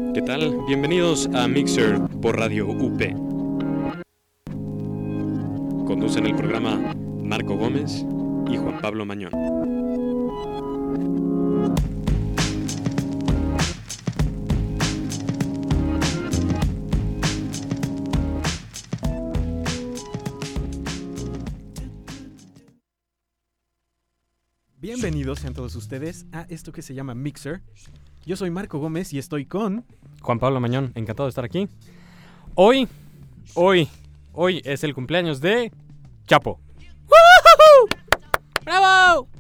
¿Qué tal? Bienvenidos a Mixer por Radio UP. Conducen el programa Marco Gómez y Juan Pablo Mañón. Bienvenidos sean todos ustedes a esto que se llama Mixer. Yo soy Marco Gómez y estoy con... Juan Pablo Mañón, encantado de estar aquí. Hoy es el cumpleaños de Chapo. ¡Woohoo! ¡Bravo!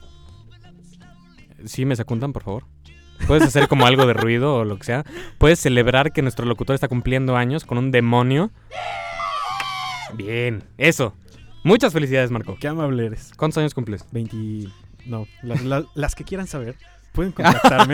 ¿Sí me secundan, por favor? ¿Puedes hacer como algo de ruido o lo que sea? ¿Puedes celebrar que nuestro locutor está cumpliendo años con un demonio? Bien, eso. Muchas felicidades, Marco. Qué amable eres. ¿Cuántos años cumples? 20... No, las que quieran saber pueden contactarme.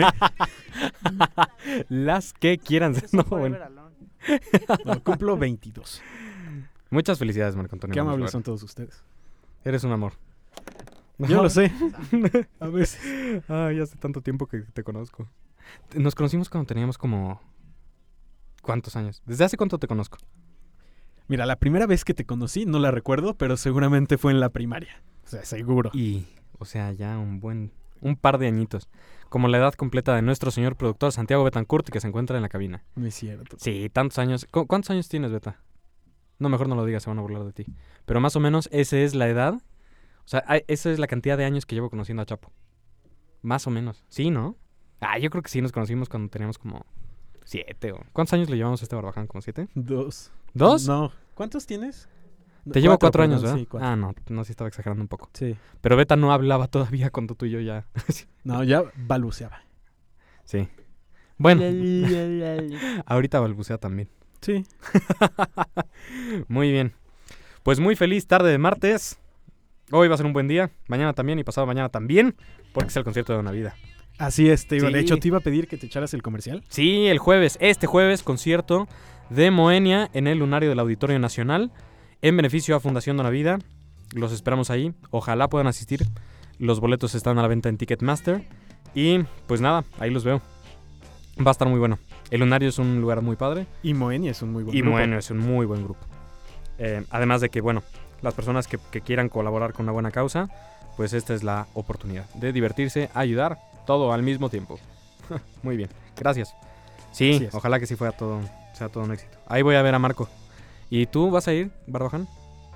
Las que quieran. No, bueno. No, cumplo 22. Muchas felicidades, Marco Antonio. Qué amables son todos ustedes. Eres un amor. Yo lo sé. A veces. Ay, hace tanto tiempo que te conozco. Nos conocimos cuando teníamos como... ¿Cuántos años? ¿Desde hace cuánto te conozco? Mira, la primera vez que te conocí no la recuerdo, pero seguramente fue en la primaria. O sea, seguro. Y, o sea, ya un par de añitos. Como la edad completa de nuestro señor productor Santiago Betancourt, que se encuentra en la cabina. No es cierto. Sí, tantos años. ¿Cuántos años tienes, Beta? No, mejor no lo digas, se van a burlar de ti. Pero más o menos esa es la edad. O sea, esa es la cantidad de años que llevo conociendo a Chapo. Más o menos. ¿Sí, no? Yo creo que sí, nos conocimos cuando teníamos como 7 o... ¿Cuántos años le llevamos a este Barbaján? ¿Como 7? 2. ¿2? No. ¿Cuántos tienes? Te llevo 4 años, perdón, ¿verdad? Sí, 4. No, sí estaba exagerando un poco. Sí. Pero Beta no hablaba todavía cuando tú y yo ya... No, ya balbuceaba. Sí. Bueno. Ahorita balbucea también. Sí. Muy bien. Pues muy feliz tarde de martes. Hoy va a ser un buen día. Mañana también y pasado mañana también. Porque es el concierto de Donavida. Así es, te iba. Sí. De hecho, te iba a pedir que te echaras el comercial. Sí, el jueves. Este jueves, concierto de Moenia en el Lunario del Auditorio Nacional. En beneficio a Fundación Donavida. Los esperamos ahí. Ojalá puedan asistir. Los boletos están a la venta en Ticketmaster. Y pues nada, ahí los veo. Va a estar muy bueno. El Lunario es un lugar muy padre. Y Moenia es un muy buen Y grupo. Moenia es un muy buen grupo. Además de que, bueno, las personas que quieran colaborar con una buena causa, pues esta es la oportunidad de divertirse, ayudar, todo al mismo tiempo. Muy bien, gracias. Sí, ojalá que sí sea todo un éxito. Ahí voy a ver a Marco. ¿Y tú vas a ir, Barbaján?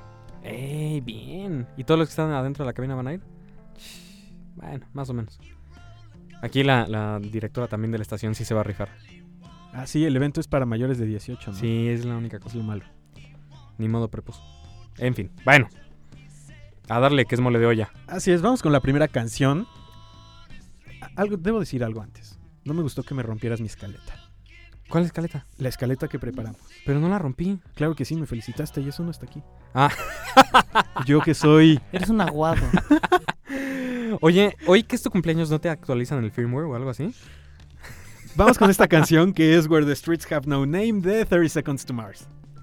Bien. ¿Y todos los que están adentro de la cabina van a ir? Bueno, más o menos. Aquí la directora también de la estación sí se va a rifar. Sí, el evento es para mayores de 18, ¿no? Sí, es la única cosa. Es lo malo. Ni modo prepuso. En fin, bueno. A darle que es mole de olla. Así es, vamos con la primera canción. Debo decir algo antes. No me gustó que me rompieras mi escaleta. ¿Cuál escaleta? La escaleta que preparamos. Pero no la rompí. Claro que sí, me felicitaste y eso no está aquí. Ah. Yo que soy... Eres un aguado. Oye, hoy que es tu cumpleaños, ¿no te actualizan el firmware o algo así? Vamos con esta canción que es Where the Streets Have No Name de 30 Seconds to Mars.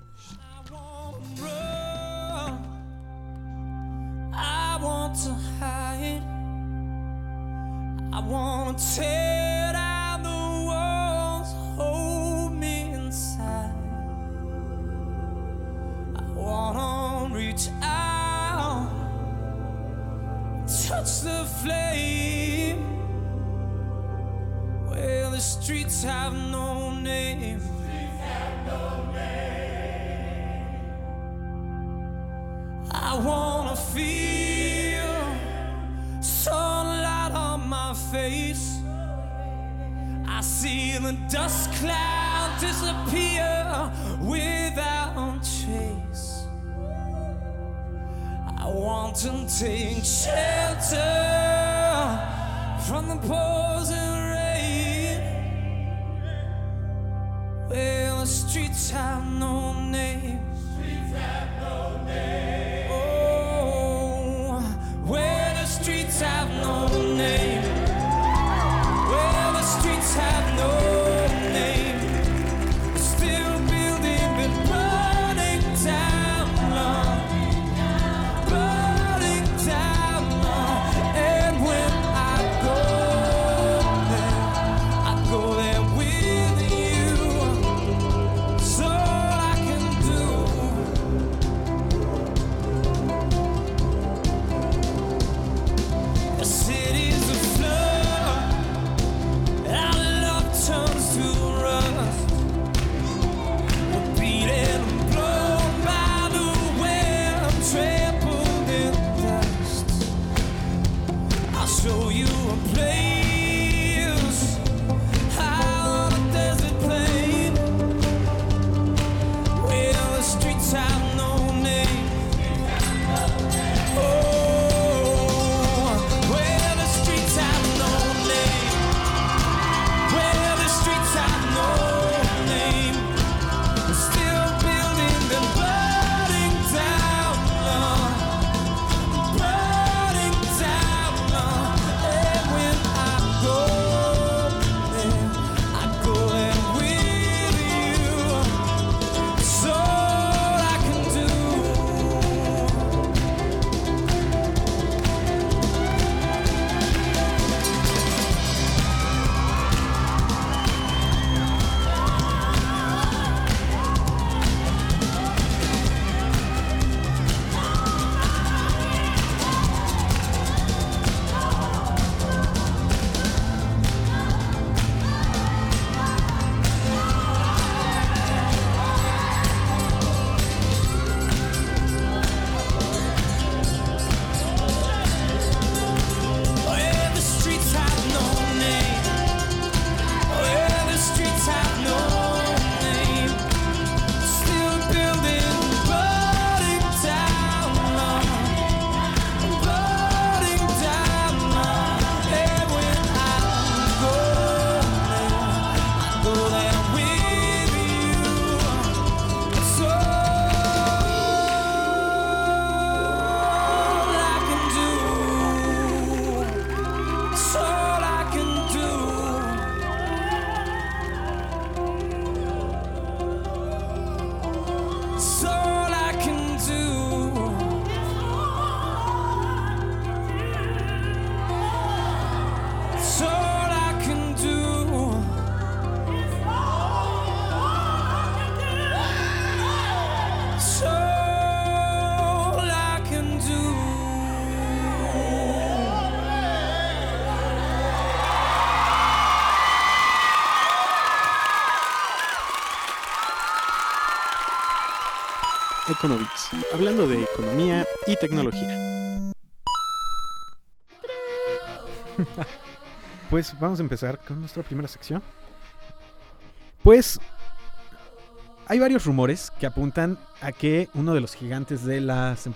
I want to hide. I want to tear down the walls, hold me inside. I want to reach out, touch the flame. Where the streets have no name. Streets have no name. I wanna feel sunlight on my face. I see the dust cloud disappear without trace. I want to take shelter from the pouring rain. Where the streets have no name. Streets have no name. Oh, where the streets have no name. Where the streets have no name. Still building but burning down, Lord. Burning down, Lord. And when I go there with you. show you a place out on a desert plain where the streets have no name. Oh, where the streets have no name. Where the streets have no name. We're still building and burning down, burning down. And when I go there, I go there with you. It's all I can do. Where the streets have no name. Where the streets have no name. Still building, burning down, burning down. And when I go there with you. It's all I can do. It's all I can do. It's all I can do. It's all I can do. It's all I can do. Econovics, hablando de economía y tecnología. Pues vamos a empezar con nuestra primera sección. Pues hay varios rumores que apuntan a que uno de los gigantes de las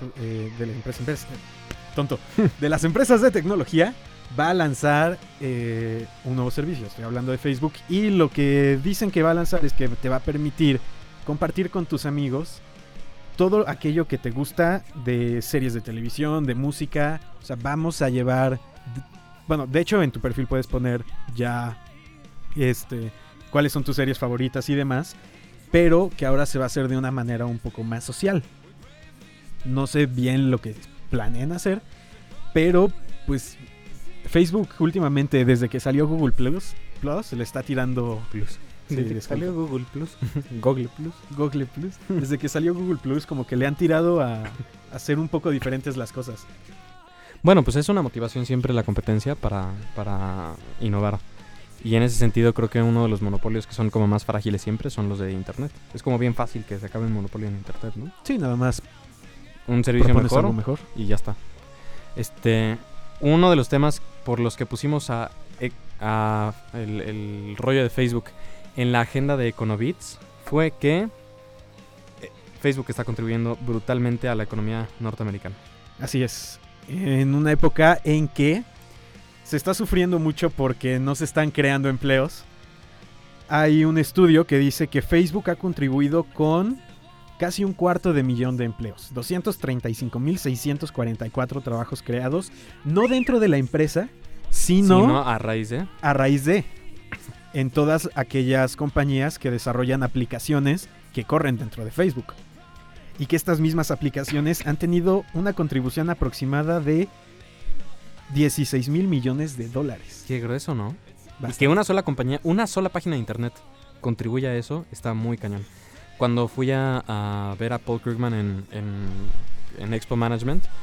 de las empresas de tecnología va a lanzar un nuevo servicio. Estoy hablando de Facebook, y lo que dicen que va a lanzar es que te va a permitir compartir con tus amigos todo aquello que te gusta de series de televisión, de música. O sea, vamos a llevar... Bueno, de hecho en tu perfil puedes poner ya cuáles son tus series favoritas y demás, pero que ahora se va a hacer de una manera un poco más social. No sé bien lo que planean hacer, pero pues Facebook últimamente, desde que salió Google Plus le está tirando... Sí, Desde que salió Google Plus. Google Plus. Desde que salió Google Plus, como que le han tirado a hacer un poco diferentes las cosas. Bueno, pues es una motivación siempre la competencia para innovar. Y en ese sentido creo que uno de los monopolios que son como más frágiles siempre son los de Internet. Es como bien fácil que se acabe el monopolio en Internet, ¿no? Sí, nada más Un servicio propones mejor, algo mejor. y ya está. Uno de los temas por los que pusimos el rollo de Facebook en la agenda de Econobits fue que Facebook está contribuyendo brutalmente a la economía norteamericana. Así es. En una época en que se está sufriendo mucho porque no se están creando empleos. Hay un estudio que dice que Facebook ha contribuido con casi 250,000 de empleos. 235,644 trabajos creados, no dentro de la empresa, sino a raíz de... en todas aquellas compañías que desarrollan aplicaciones que corren dentro de Facebook. Y que estas mismas aplicaciones han tenido una contribución aproximada de 16,000 millones de dólares. Qué grueso, ¿no? Bastante. Y que una sola compañía, una sola página de internet contribuya a eso, está muy cañón. Cuando fui a ver a Paul Krugman en Expo Management,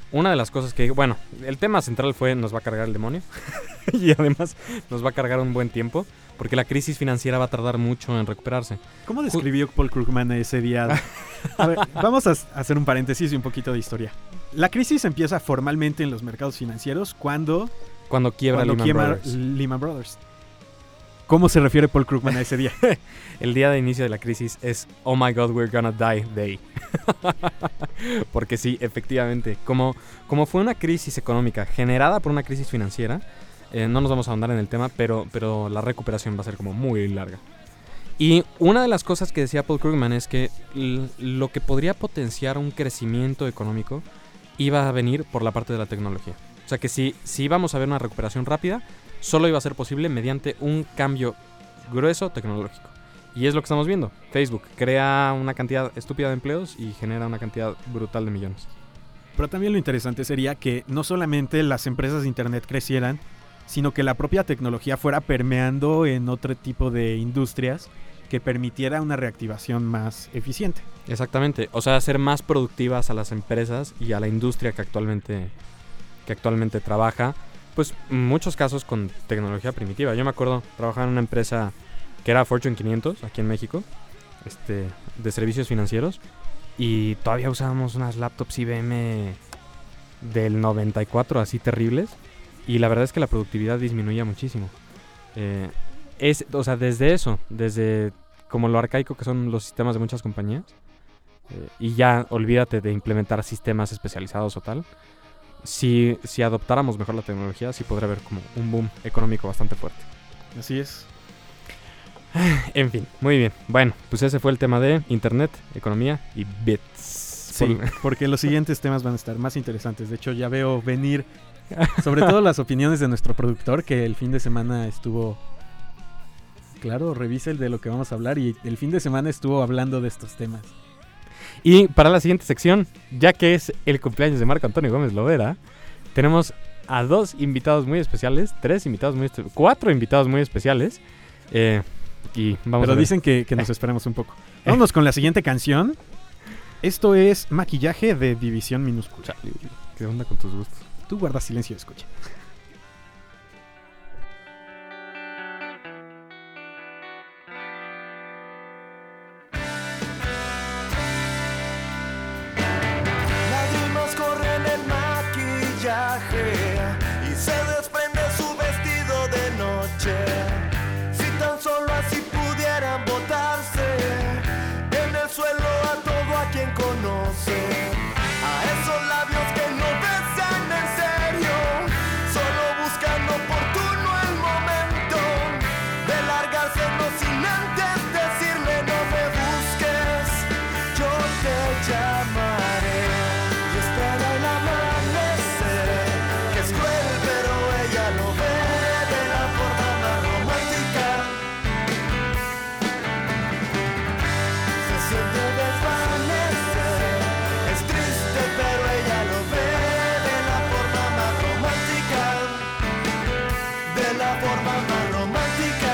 una de las cosas que, bueno, el tema central fue nos va a cargar el demonio y además nos va a cargar un buen tiempo porque la crisis financiera va a tardar mucho en recuperarse. ¿Cómo describió Paul Krugman ese día? A ver, vamos a hacer un paréntesis y un poquito de historia. La crisis empieza formalmente en los mercados financieros cuando quiebra Lehman Brothers. ¿Cómo se refiere Paul Krugman a ese día? El día de inicio de la crisis es Oh my God, we're gonna die day. Porque sí, efectivamente, como fue una crisis económica generada por una crisis financiera, no nos vamos a ahondar en el tema, pero la recuperación va a ser como muy larga. Y una de las cosas que decía Paul Krugman es que lo que podría potenciar un crecimiento económico iba a venir por la parte de la tecnología. O sea que si íbamos a ver una recuperación rápida, solo iba a ser posible mediante un cambio grueso tecnológico. Y es lo que estamos viendo. Facebook crea una cantidad estúpida de empleos y genera una cantidad brutal de millones. Pero también lo interesante sería que no solamente las empresas de internet crecieran, sino que la propia tecnología fuera permeando en otro tipo de industrias que permitiera una reactivación más eficiente. Exactamente. O sea, hacer más productivas a las empresas y a la industria que actualmente trabaja. Pues en muchos casos con tecnología primitiva. Yo me acuerdo trabajar en una empresa que era Fortune 500 aquí en México, de servicios financieros, y todavía usábamos unas laptops IBM del 94 así terribles, y la verdad es que la productividad disminuía muchísimo. O sea, desde como lo arcaico que son los sistemas de muchas compañías, y ya olvídate de implementar sistemas especializados o tal. Si adoptáramos mejor la tecnología, sí podría haber como un boom económico bastante fuerte. Así es. En fin, muy bien. Bueno, pues ese fue el tema de internet, economía y bits. Sí, porque los siguientes temas van a estar más interesantes. De hecho, ya veo venir, sobre todo las opiniones de nuestro productor, que el fin de semana estuvo... Claro, revisa el de lo que vamos a hablar, y el fin de semana estuvo hablando de estos temas. Y para la siguiente sección, ya que es el cumpleaños de Marco Antonio Gómez Lovera, tenemos a 4 invitados muy especiales. Y vamos Pero a ver. dicen que nos esperemos un poco. Vámonos con la siguiente canción. Esto es Maquillaje de División Minúscula. ¿Qué onda con tus gustos? Tú guarda silencio y escucha. Lágrimas corren en maquillaje y se desprende su vestido de noche. Si tan solo así pudieran botarse en el suelo a todo a quien conoce, a esos labios que no besan en serio, solo buscando oportuno el momento de largárselo sin antes decirle no me busques, yo te llamaré. Espera el amanecer, que es cruel pero ella lo ve de la forma más romántica. Se siente desvanecer, es triste pero ella lo ve de la forma más romántica. De la forma más romántica.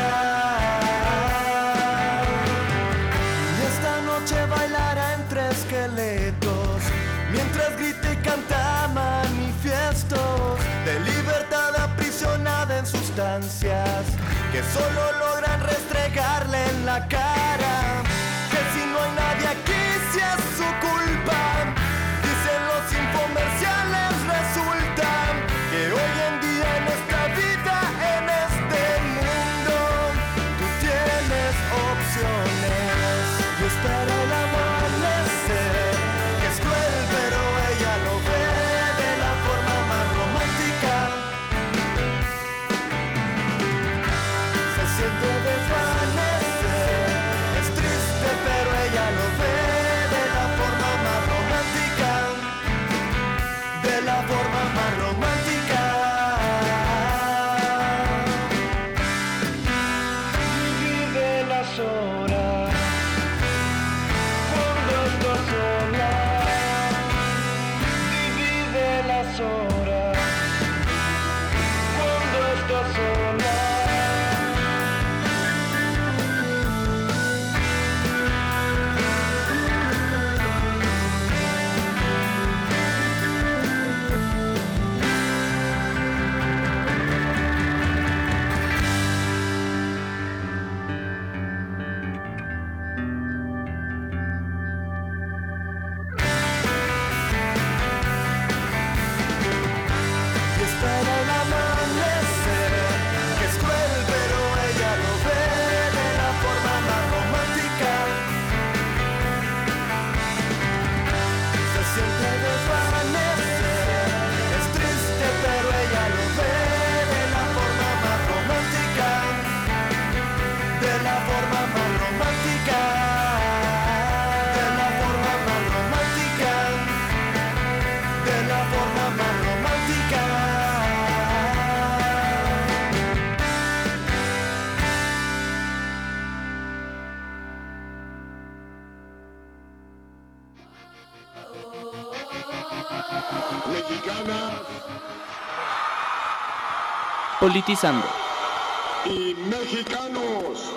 Y esta noche bailará entre esqueletos, mientras grita y canta manifiestos de libertad aprisionada en sustancias que solo logran restregarle en la cara que si no hay nadie aquí si es su culpa. Dicen los infomerciales, resulta que hoy en día en esta vida, en este mundo, tú tienes opciones. Y espera el amanecer, que es cruel pero ella lo ve de la forma más romántica. Se siente desvanecer, es triste pero ella lo ve de la forma más romántica. Politizando. Y mexicanos.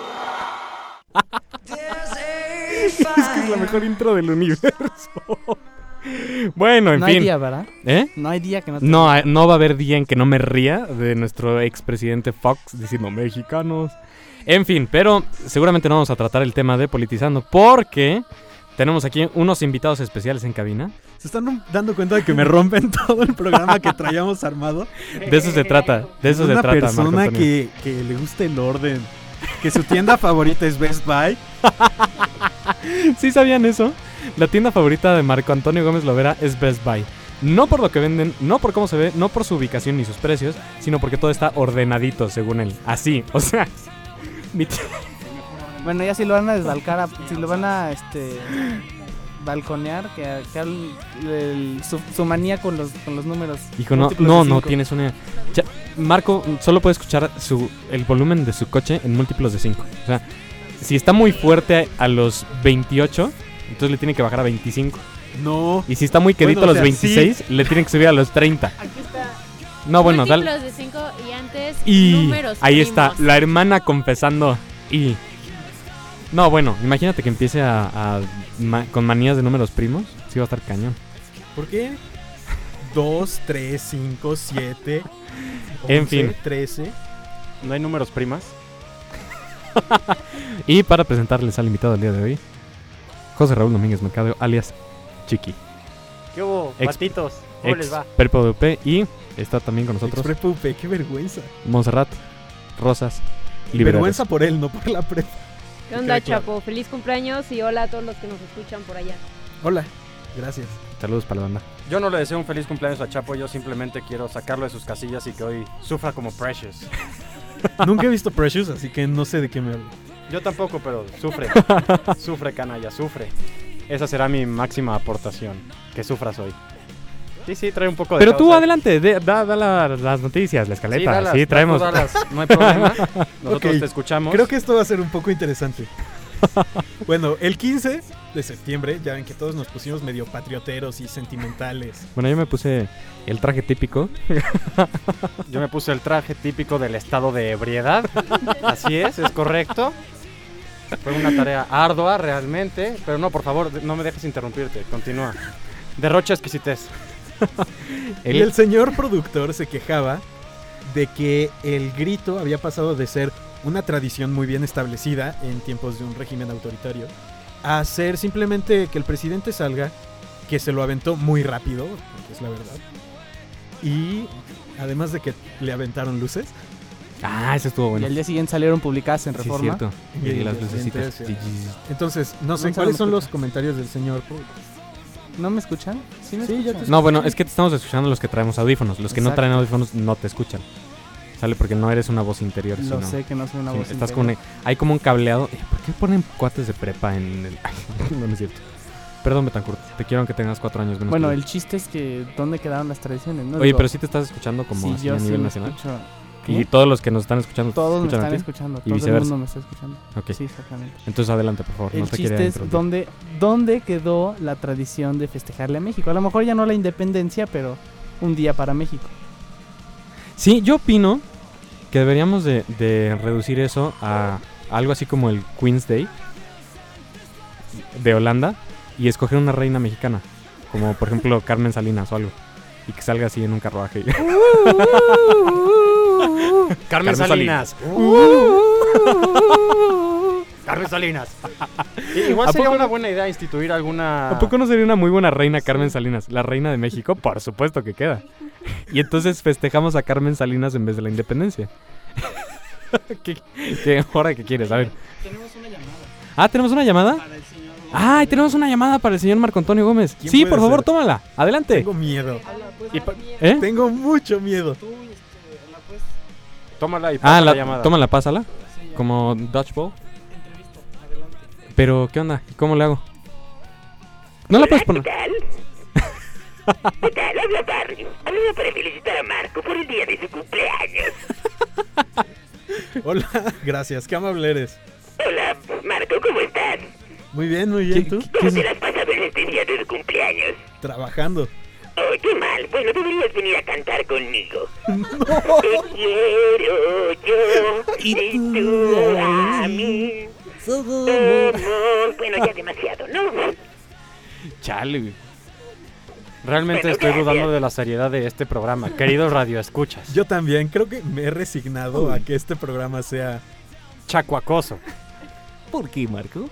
Es que es la mejor intro del universo. Bueno, en No fin. hay día, ¿verdad? ¿Eh? No hay día que no te No, no va a haber día en que no me ría de nuestro expresidente Fox diciendo mexicanos. En fin, pero seguramente no vamos a tratar el tema de politizando porque tenemos aquí unos invitados especiales en cabina. ¿Se están dando cuenta de que me rompen todo el programa que traíamos armado? De eso se trata, de eso se Una trata, Marco persona Antonio. que le gusta el orden. Que su tienda favorita es Best Buy. ¿Sí sabían eso? La tienda favorita de Marco Antonio Gómez Lovera es Best Buy. No por lo que venden, no por cómo se ve, no por su ubicación ni sus precios, sino porque todo está ordenadito, según él. Así, o sea... Bueno, ya si lo van a desbalcar, si lo van a balconear, que su manía con los números. Hijo, no, múltiplos no, de no, cinco. tienes una... Marco solo puede escuchar el volumen de su coche en múltiplos de 5. O sea, si está muy fuerte a los 28, entonces le tiene que bajar a 25. No. Y si está muy quedito Bueno, a los 26, le tiene que subir a los 30. Aquí está. No, bueno, dale. Múltiplos de 5 y antes Y números ahí primos. está, la hermana confesando. Y... No, bueno, imagínate que empiece con manías de números primos. Sí va a estar cañón. ¿Por qué? 2, 3, 5, 7. En fin. 13. ¿No hay números primas? Y para presentarles al invitado del día de hoy, José Raúl Domínguez Mercado, alias Chiqui. ¿Qué hubo, Ex- batitos? ¿Cómo les va? PRPVP, y está también con nosotros Exprepupe, qué vergüenza. Montserrat Rosas Y Liberales. vergüenza por él, no por la prepa. ¿Qué onda, Queda claro. Chapo? Feliz cumpleaños y hola a todos los que nos escuchan por allá. Hola, gracias. Saludos para la banda. Yo no le deseo un feliz cumpleaños a Chapo, yo simplemente quiero sacarlo de sus casillas y que hoy sufra como Precious. Nunca he visto Precious, así que no sé de qué me hablo. Yo tampoco, pero sufre. Sufre, canalla, sufre. Esa será mi máxima aportación, que sufras hoy. Sí, trae un poco de Pero tú causa. adelante, da las noticias, la escaleta. dalas, Sí, traemos. tú dalas, no hay problema. Nosotros Ok, te escuchamos. Creo que esto va a ser un poco interesante. Bueno, el 15 de septiembre, ya ven que todos nos pusimos medio patrioteros y sentimentales. Bueno, yo me puse el traje típico. Yo me puse el traje típico del estado de ebriedad. Así es correcto. Fue una tarea ardua realmente, pero no, por favor, no me dejes interrumpirte. Continúa. Derrocha exquisitez. Y el señor productor se quejaba de que el grito había pasado de ser una tradición muy bien establecida en tiempos de un régimen autoritario a ser simplemente que el presidente salga, que se lo aventó muy rápido, que es la verdad. Y además de que le aventaron luces. Ah, eso estuvo Y bueno. al día siguiente salieron publicadas en Sí, Reforma. cierto. Y Y las el lucecitas. siguiente, Entonces, no sé No cuáles son sabemos los comentarios del señor. ¿No me escuchan? Sí, me Sí, ya escuchan. te No, bueno, es que te estamos escuchando los que traemos audífonos. Los que no Exacto. traen audífonos no te escuchan. Sale porque no eres una voz interior. Lo sino, sé que no soy una sí, voz estás interior. con hay como un cableado. ¿Por qué ponen cuates de prepa en el...? No, no es cierto. Perdón, Betancourt. Te quiero aunque tengas 4 años menos. Bueno, que yo. el chiste es que ¿dónde quedaron las tradiciones? ¿no? Oye, Digo, pero sí te estás escuchando como sí, así yo a sí nivel me nacional. escucho. Y ¿Qué? todos los que nos están escuchando Todos me escuchan a están ti? escuchando. Y Todo el viceversa. mundo me está escuchando. Ok. Sí, exactamente. Entonces adelante, por favor. El no te quería chiste es interrumpir. dónde quedó la tradición de festejarle a México. A lo mejor ya no la independencia, pero un día para México. Sí, yo opino que deberíamos de reducir eso a algo así como el Queen's Day de Holanda y escoger una reina mexicana, como por ejemplo Carmen Salinas o algo, y que salga así en un carruaje. Carmen Salinas. Salinas. Carmen Salinas. Igual ¿A sería poco una no? buena idea instituir alguna... ¿A poco no sería una muy buena reina Carmen Salinas? La reina de México, por supuesto que queda. Y entonces festejamos a Carmen Salinas en vez de la independencia. ¿Qué hora que quieres? A ver. Tenemos una llamada Ah, ¿tenemos una llamada? para el señor. ¡Ay, tenemos una llamada para el señor Marco Antonio Gómez! ¿Quién Sí, puede por favor, ser? tómala. Adelante. Tengo miedo. ¿Eh? Tengo mucho miedo. Tómala y Ah, pasa la llamada. tómala, pásala. Como dodgeball. Pero, ¿qué onda? ¿Cómo le hago? ¿No la puedes poner? ¿Qué tal? Habla Barry. Hablo para felicitar a Marco por el día de su cumpleaños. Hola, gracias. Qué amable eres. Hola, Marco, ¿cómo estás? Muy bien, ¿tú? ¿Cómo te la has pasado en este día de tu cumpleaños? Trabajando. Oh, qué mal. Bueno, deberías venir a cantar conmigo? Te quiero yo y tú a mí. Bueno, ya demasiado, ¿no? Chale, güey. Realmente Bueno, estoy gracias. dudando de la seriedad de este programa. Queridos radioescuchas. Yo también creo que me he resignado a que este programa sea... Chacuacoso. ¿Por qué, Marco?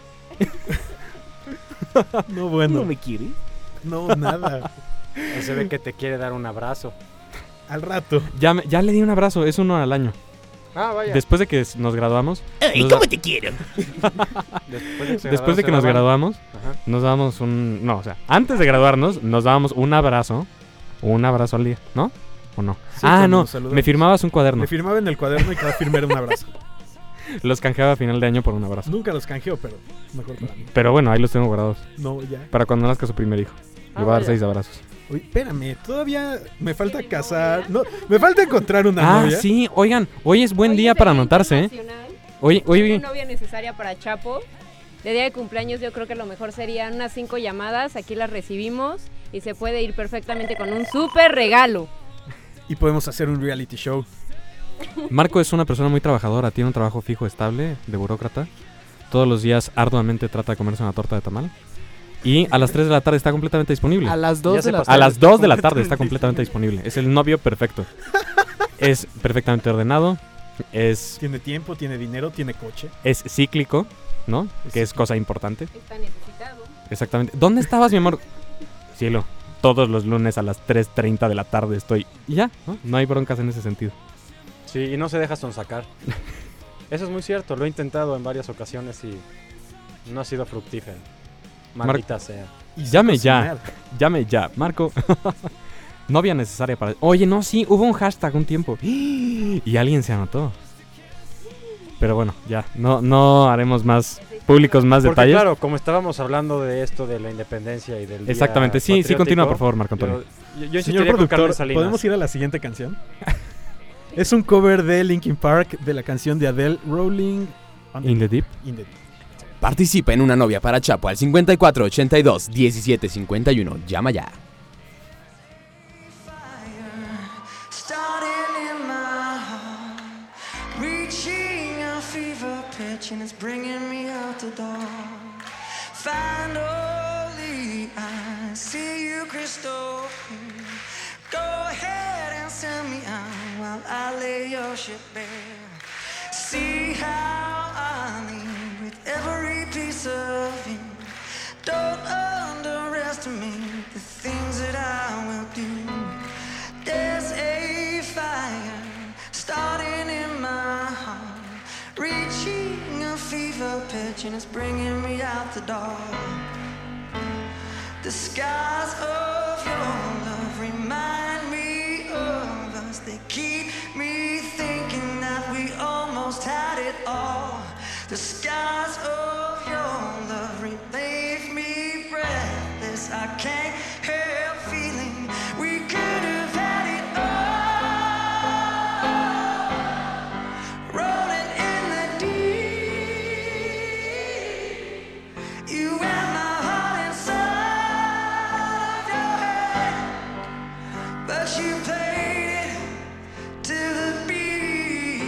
No, bueno. ¿No me quiere? No, nada. Se ve que te quiere dar un abrazo. Al rato. Ya le di un abrazo, es uno al año. Ah, vaya. Después de que nos graduamos... Ay, nos ¿cómo da- te quiero? Después de que nos graduamos, Ajá. nos dábamos un... No, o sea, antes de graduarnos, nos dábamos un abrazo. Un abrazo al día, ¿no? ¿O no? Sí, Ah, cuando no, nos saludamos. me firmabas un cuaderno. Me firmaba en el cuaderno y cada firma era un abrazo. Los canjeaba a final de año por un abrazo. Nunca los canjeo, pero mejor para mí. Pero bueno, ahí los tengo guardados. No, ya. Para cuando nazca su primer hijo. Le voy a dar vaya. 6 abrazos. Uy, espérame, todavía me falta casar. No, me falta encontrar una Ah, novia. sí, oigan, hoy es buen Hoy día es para el Día anotarse, ¿eh? Internacional Hoy, de novia necesaria para Chapo. De día de cumpleaños yo creo que lo mejor serían unas 5 llamadas. Aquí las recibimos y se puede ir perfectamente con un súper regalo. Y podemos hacer un reality show. Marco es una persona muy trabajadora, tiene un trabajo fijo, estable, de burócrata. Todos los días arduamente trata de comerse una torta de tamal. Y a las 3 de la tarde está completamente disponible. A las 2 Ya de se la pasó. A tarde. las 2 de la tarde está completamente disponible. Es el novio perfecto. Es perfectamente ordenado. Es Tiene tiempo, tiene dinero, tiene coche. cíclico, ¿no? Que es cosa importante. Está necesitado. Exactamente. ¿Dónde estabas, mi amor? Cielo, todos los lunes a las 3:30 de la tarde estoy. Y ya, ¿no? No hay broncas en ese sentido. Sí, y no se deja sonsacar. Eso es muy cierto. Lo he intentado en varias ocasiones y no ha sido fructífero. Maldita sea. Y Llame ya. cocinar. Llame ya, Marco. Novia necesaria para... Oye, no, sí, hubo un hashtag un tiempo. Y alguien se anotó. Pero bueno, ya, no haremos más públicos más Porque detalles. claro, como estábamos hablando de esto de la independencia y del día Exactamente, sí, patriótico, continúa por favor, Marco Antonio. Yo Señor insistiría con Carmen productor, Salinas. ¿podemos ir a la siguiente canción? Es un cover de Linkin Park de la canción de Adele, Rolling In the Deep. in the- Participa en una novia para Chapo al 5482-1751. Llama ya. Starting in my heart, reaching a fever pitch, and it's bringing me out the door. Finally, I see you crystal clear. Go ahead and send me out while I lay your shit bare. See how I lean with every piece of you. Don't underestimate the things that I will do. There's a fire starting in my heart, reaching a fever pitch, and it's bringing me out the door. The skies of your love remind me of us. They keep me thinking that we almost had it all. The skies of your love leave me breathless. I can't help feeling we could have had it all. Rolling in the deep. You had my heart inside of your head, but you played it to the beat.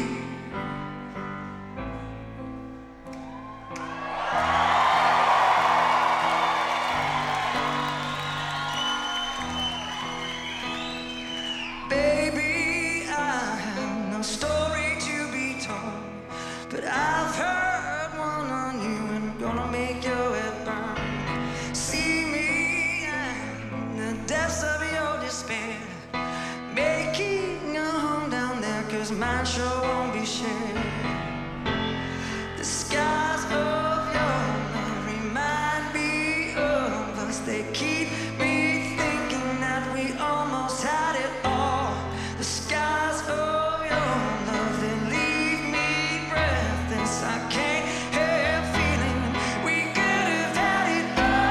Baby, I have no story to be told, but I've heard one on you and I'm gonna make your head burn. See me in the depths of your despair, making a home down there, 'cause mine sure won't be shared. The skies of your love remind me of us. They keep me thinking that we almost had it all. The skies of your love, they leave me breathless. I can't help feeling we could have had it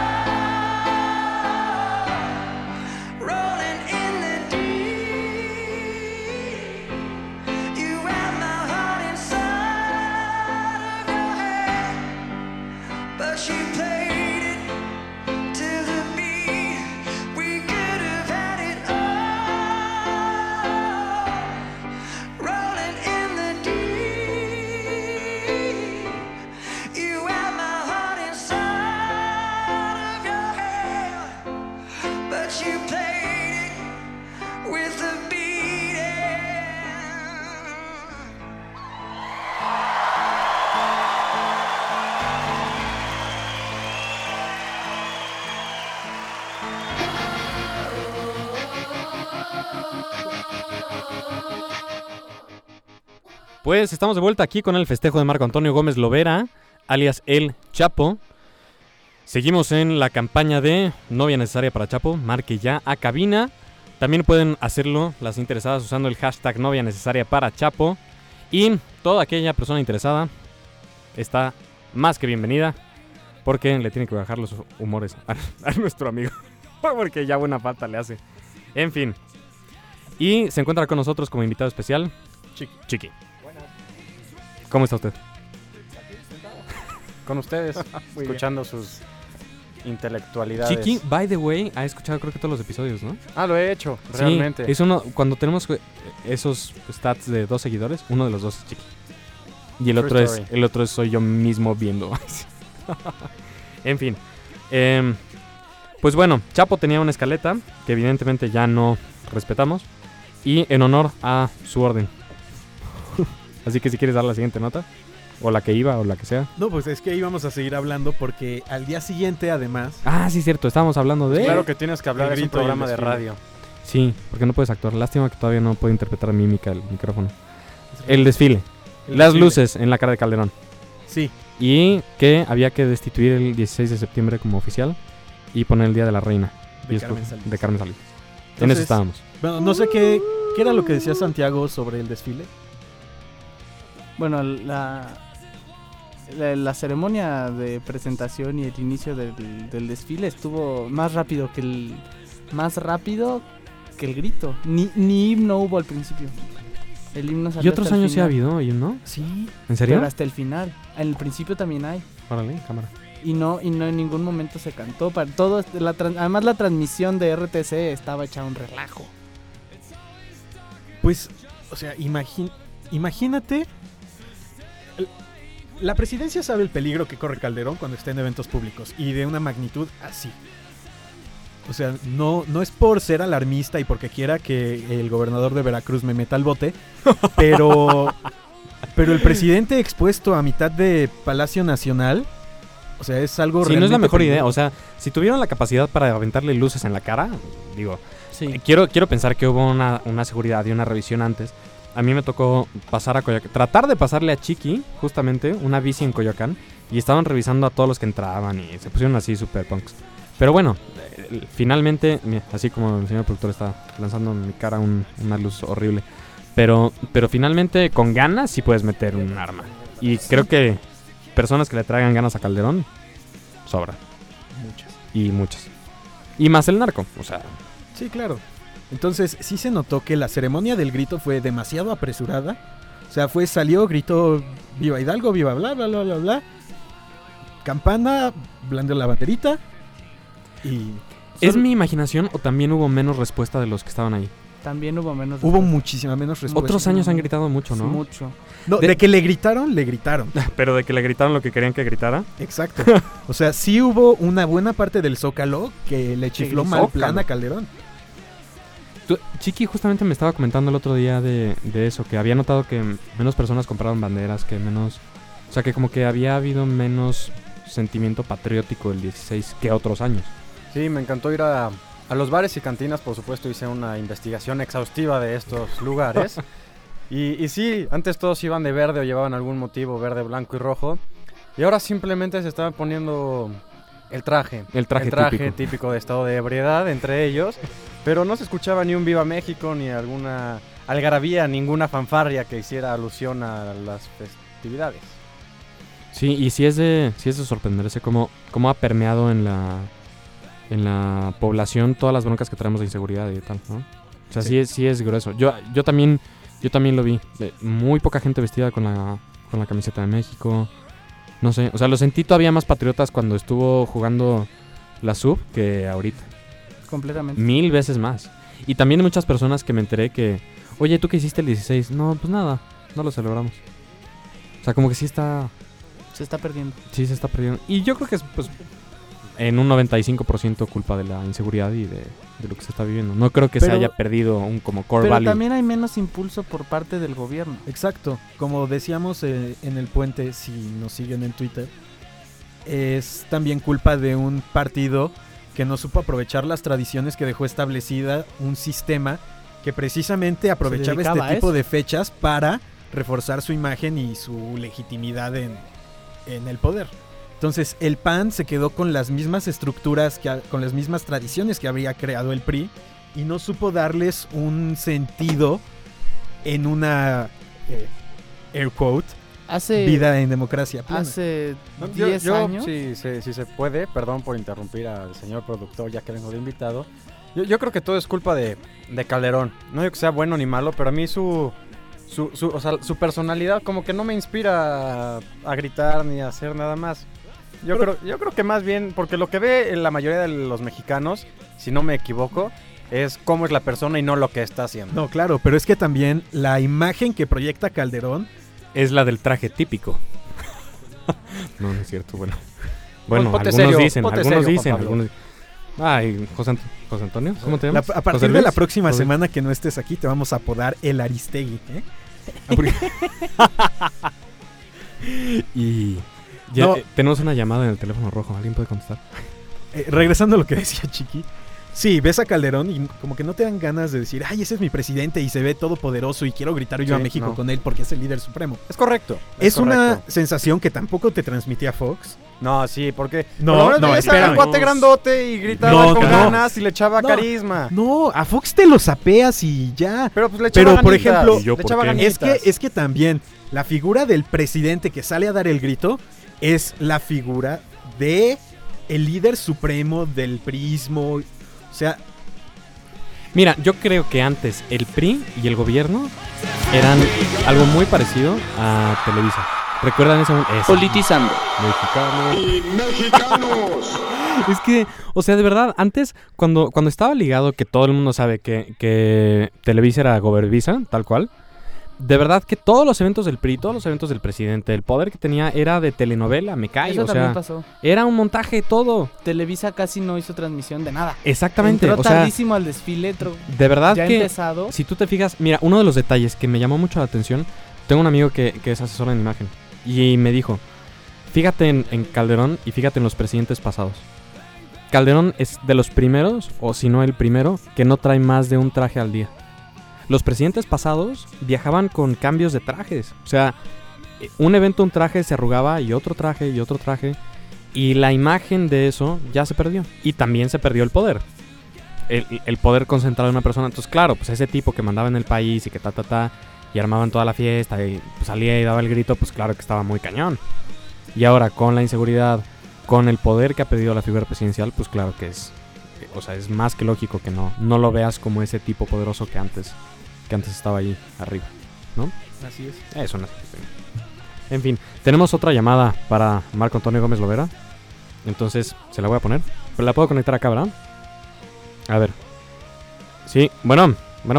all. Rolling in the deep. You had my heart inside of your head. Pues estamos de vuelta aquí con el festejo de Marco Antonio Gómez Lovera, alias El Chapo. Seguimos en la campaña de novia necesaria para Chapo. Marque ya a cabina. También pueden hacerlo las interesadas usando el hashtag novia necesaria para Chapo. Y toda aquella persona interesada está más que bienvenida, porque le tiene que bajar los humores a nuestro amigo, porque ya buena falta le hace. En fin. Y se encuentra con nosotros como invitado especial Chiqui. ¿Cómo está usted? Con ustedes, escuchando sus intelectualidades. Chiqui, by the way, ha escuchado creo que todos los episodios, ¿no? Ah, lo he hecho, realmente. Sí, es uno, cuando tenemos esos stats de 2 seguidores, uno de los dos es Chiqui. Y el otro soy yo mismo viendo. En fin. Pues bueno, Chapo tenía una escaleta que evidentemente ya no respetamos. Y en honor a su orden. Así que si quieres dar la siguiente nota, o la que iba, o la que sea. No, pues es que íbamos a seguir hablando porque al día siguiente, además... Ah, sí, cierto, estábamos hablando de... Claro que tienes que hablar, es un programa de radio. Sí, porque no puedes actuar. Lástima que todavía no puedo interpretar mímica el micrófono. El desfile. Las luces en la cara de Calderón. Sí. Y que había que destituir el 16 de septiembre como oficial y poner el Día de la Reina. De Carmen Salinas. De Carmen Salinas. En eso estábamos. Bueno, no sé qué era lo que decía Santiago sobre el desfile. Bueno, la ceremonia de presentación y el inicio del desfile estuvo más rápido que el grito. Ni himno hubo al principio. El himno salió ¿Y otros hasta el años sí ha final. habido himno? Sí. ¿En serio? Pero hasta el final. En el principio también hay. Órale, cámara. Y no en ningún momento se cantó. Para todo además la transmisión de RTC estaba hecha un relajo. Pues, o sea, imagínate. La presidencia sabe el peligro que corre Calderón cuando está en eventos públicos y de una magnitud así. O sea, no es por ser alarmista y porque quiera que el gobernador de Veracruz me meta al bote, pero el presidente expuesto a mitad de Palacio Nacional, o sea, es algo sí, realmente... no es la mejor peligroso. idea. O sea, si tuvieron la capacidad para aventarle luces en la cara, digo, Sí. quiero pensar que hubo una seguridad y una revisión antes. A mí me tocó pasar a Coyoacán, tratar de pasarle a Chiqui, justamente, una bici en Coyoacán, y estaban revisando a todos los que entraban y se pusieron así super punks. Pero bueno, finalmente, mira, así como el señor productor está lanzando en mi cara una luz horrible, pero finalmente con ganas sí puedes meter un arma. Y creo que personas que le traigan ganas a Calderón, sobran. Muchas. Y más el narco, o sea... Sí, claro. Entonces, sí se notó que la ceremonia del grito fue demasiado apresurada. O sea, salió, gritó, viva Hidalgo, viva bla, bla, bla, bla, bla. Campana, blando la baterita. Y... ¿Es mi imaginación o también hubo menos respuesta de los que estaban ahí? También hubo menos Hubo respuesta. muchísima menos respuesta. Otros años han gritado mucho, ¿no? Sí, mucho. No, de que le gritaron, le gritaron. Pero de que le gritaron lo que querían que gritara. Exacto. O sea, sí hubo una buena parte del Zócalo que le chifló mal plan a Calderón. Chiqui justamente me estaba comentando el otro día de eso, que había notado que menos personas compraron banderas, que menos... O sea, que como que había habido menos sentimiento patriótico el 16 que otros años. Sí, me encantó ir a los bares y cantinas, por supuesto, hice una investigación exhaustiva de estos lugares. y sí, antes todos iban de verde o llevaban algún motivo verde, blanco y rojo. Y ahora simplemente se estaban poniendo el traje típico de estado de ebriedad entre ellos. Pero no se escuchaba ni un Viva México, ni alguna algarabía, ninguna fanfarria que hiciera alusión a las festividades. Sí, y sí es de sorprenderse cómo ha permeado en la población todas las broncas que traemos de inseguridad y tal, ¿no? O sea, sí es grueso. Yo también lo vi. Muy poca gente vestida con la camiseta de México. No sé, o sea, lo sentí todavía más patriotas cuando estuvo jugando la sub que ahorita. Completamente. 1000 veces más. Y también muchas personas que me enteré que, oye, ¿tú qué hiciste el 16? No, pues nada, no lo celebramos. O sea, como que sí está... Se está perdiendo. Sí, se está perdiendo. Y yo creo que es, pues, en un 95% culpa de la inseguridad y de lo que se está viviendo. No creo que se haya perdido un como core value. Pero también hay menos impulso por parte del gobierno. Exacto. Como decíamos en el puente, si nos siguen en Twitter, es también culpa de un partido que no supo aprovechar las tradiciones que dejó establecida un sistema que precisamente aprovechaba este tipo de fechas para reforzar su imagen y su legitimidad en el poder. Entonces el PAN se quedó con las mismas estructuras, con las mismas tradiciones que habría creado el PRI y no supo darles un sentido en una, air quote, vida en democracia plena. Hace 10 años. Si se puede, perdón por interrumpir al señor productor ya que vengo de invitado. Yo creo que todo es culpa de Calderón. No digo que sea bueno ni malo, pero a mí su personalidad como que no me inspira a gritar ni a hacer nada más. Yo creo que más bien, porque lo que ve la mayoría de los mexicanos, si no me equivoco, es cómo es la persona y no lo que está haciendo. No, claro, pero es que también la imagen que proyecta Calderón es la del traje típico. No es cierto, bueno. Ponte algunos serio, dicen. Ay, José Antonio, ¿cómo te llamas? A partir de la próxima semana que no estés aquí te vamos a apodar el Aristegui, ¿eh? Y ya, tenemos una llamada en el teléfono rojo. ¿Alguien puede contestar? Regresando a lo que decía Chiqui. Sí, ves a Calderón y como que no te dan ganas de decir, ay, ese es mi presidente y se ve todopoderoso y quiero gritar yo a México con él porque es el líder supremo. Es correcto. Es una sensación que tampoco te transmitía Fox. No, sí, porque no, espera, un cuate grandote y gritaba con ganas y le echaba carisma. No, a Fox te lo sapeas y ya. Pero pues le echaba por ejemplo, es que también la figura del presidente que sale a dar el grito es la figura de el líder supremo del priismo. O sea, mira, yo creo que antes el PRI y el gobierno eran algo muy parecido a Televisa. ¿Recuerdan ese momento? Politizando. Mexicanos. Es que, o sea, de verdad, antes, cuando estaba ligado, que todo el mundo sabe que Televisa era Gobervisa, tal cual, de verdad que todos los eventos del PRI, todos los eventos del presidente, el poder que tenía era de telenovela, me cae. Eso o también sea, pasó. Era un montaje todo. Televisa casi no hizo transmisión de nada. Exactamente. Entró o sea, tardísimo al desfile. De verdad ya que, empezado. Si tú te fijas, mira, uno de los detalles que me llamó mucho la atención, tengo un amigo que es asesor en imagen y me dijo, fíjate en Calderón y fíjate en los presidentes pasados. Calderón es de los primeros, o si no el primero, que no trae más de un traje al día. Los presidentes pasados viajaban con cambios de trajes. O sea, un evento, un traje se arrugaba y otro traje y otro traje. Y la imagen de eso ya se perdió. Y también se perdió el poder. El poder concentrado en una persona. Entonces, claro, pues ese tipo que mandaba en el país y que y armaban toda la fiesta y pues, salía y daba el grito, pues claro que estaba muy cañón. Y ahora, con la inseguridad, con el poder que ha pedido la figura presidencial, pues claro que es... O sea, es más que lógico que no lo veas como ese tipo poderoso que antes estaba ahí arriba, ¿no? Así es. Eso no es. En fin, tenemos otra llamada para Marco Antonio Gómez Lovera. Entonces, se la voy a poner. Pero la puedo conectar acá, ¿verdad? A ver. Sí, bueno.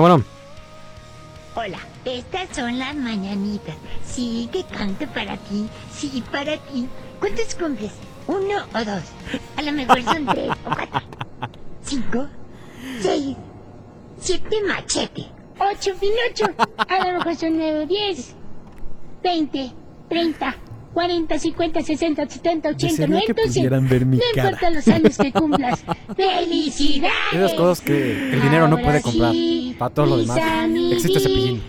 Hola, estas son las mañanitas. Sí, que canto para ti. Sí, para ti. ¿Cuántos cumples? 1 o 2. A lo mejor son 3 o 4. 5, 6, 7 machete. 8 pinocho. A lo mejor son 9 o 10. 20, 30, 40, 50, 60, 70, 80, 90, 100. Ver mi no cara. importa los años que cumplas. ¡Felicidades! Esas cosas que el dinero no puede comprar. Para todo lo demás existe Cepillín.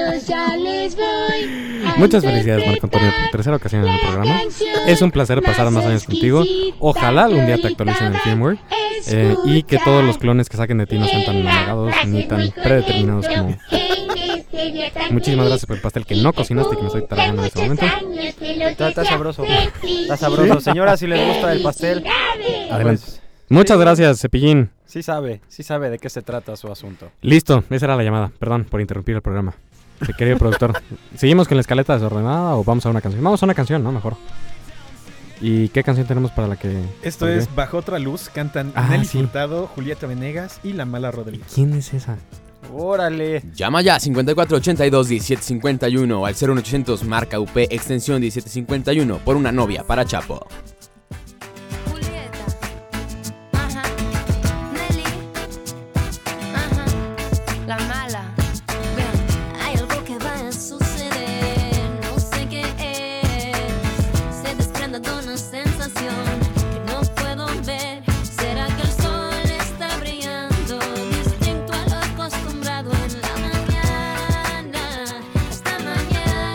Muchas felicidades, Marco Antonio, por tercera ocasión en el programa. Es un placer pasar más años contigo. Ojalá algún día te actualicen el firmware. Y que todos los clones que saquen de ti no sean tan amargados ni tan predeterminados como... Muchísimas gracias por el pastel que no cocinaste y que me estoy tragando en este momento. Está sabroso. Está sabroso. Señora, si les gusta el pastel, adelante. Muchas gracias, Cepillín. Sí sabe de qué se trata su asunto. Listo, esa era la llamada. Perdón por interrumpir el programa. Querido productor, ¿seguimos con la escaleta desordenada o vamos a una canción? Vamos a una canción, ¿no? Mejor. ¿Y qué canción tenemos para la que...? Esto es Bajo Otra Luz. Cantan Nelly Furtado, Julieta Venegas y La Mala Rodríguez. ¿Quién es esa? ¡Órale! Llama ya 5482-1751 al 01800 marca UP extensión 1751 por una novia para Chapo. La mala, vean, hay algo que va a suceder, no sé qué es, se desprende de una sensación que no puedo ver, será que el sol está brillando, distinto a lo acostumbrado en la mañana, esta mañana.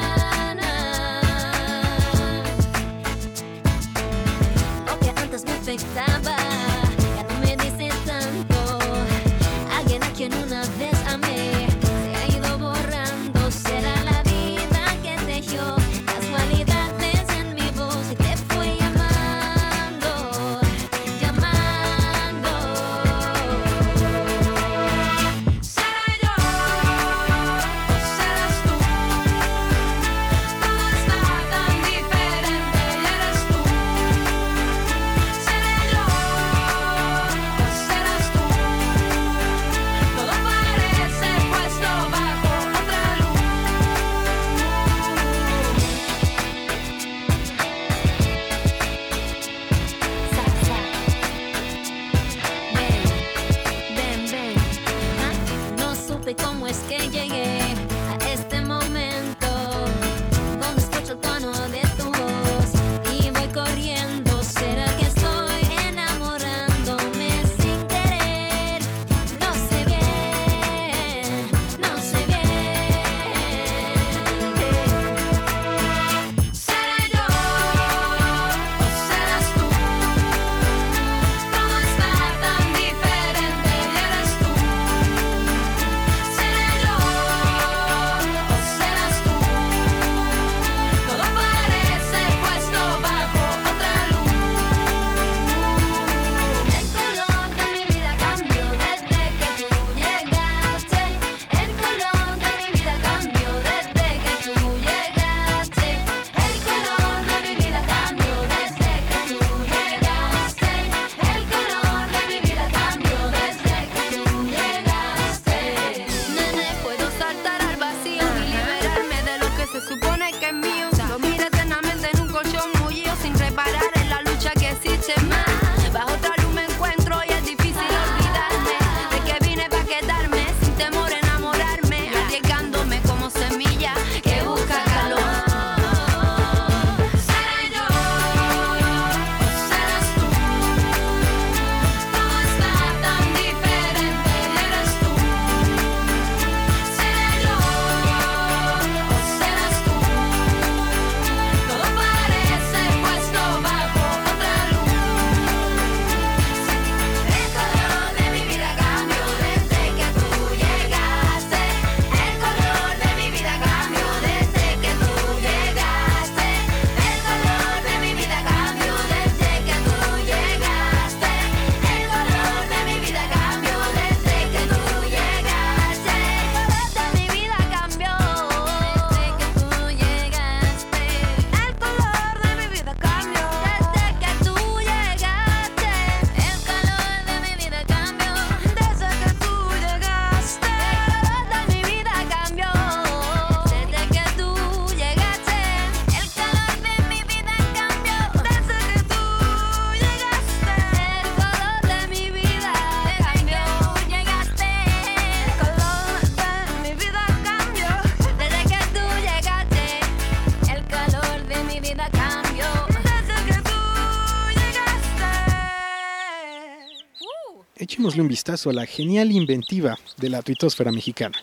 echémosle un vistazo a la genial inventiva de la tuitosfera mexicana.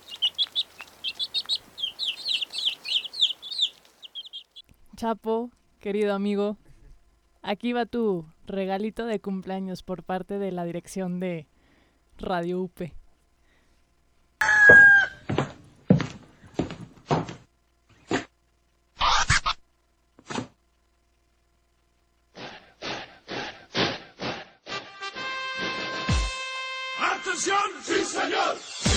Chapo, querido amigo, aquí va tu regalito de cumpleaños por parte de la dirección de Radio UP. ¡Atención! ¡Sí, señor!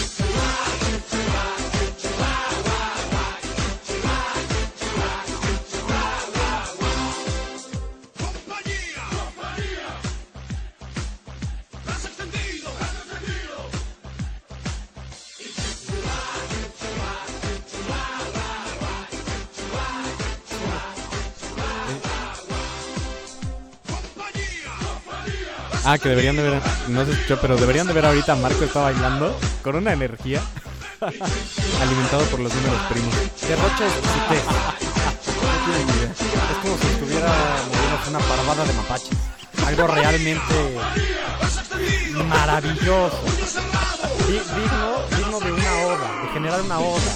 Ah, que deberían de ver, no se escuchó, pero deberían de ver ahorita a Marco está bailando con una energía alimentado por los números primos. Derrocha exquisitez. No tienen ni idea. Es como si estuviera moviéndose una parvada de mapaches. Algo realmente maravilloso. Digno de una oda, de generar una oda.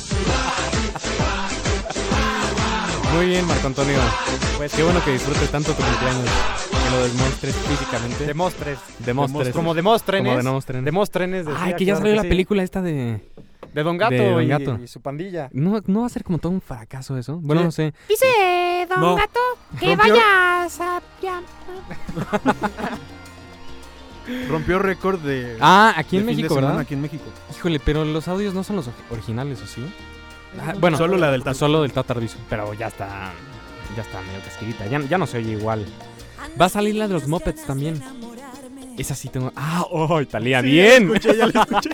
Muy bien, Marco Antonio. Pues qué bueno que disfrutes tanto tu cumpleaños. Que lo demuestres físicamente. Demostres. Como Demóstenes. Ay, que ya salió la película esta de Don Gato, de Don Gato. Y su pandilla. ¿No va a ser como todo un fracaso eso? Bueno, no sé. Dice Don Gato que vayas a... Rompió récord de... aquí en México, ¿verdad? Aquí en México. Híjole, pero los audios no son los originales, ¿o sí? Bueno, solo la del Tatar. Solo del Tatar Bisu, pero ya está medio casquerita. Ya no se oye igual. Va a salir la de los Muppets también. Esa sí tengo... Talía, sí, bien. Ya la escuché.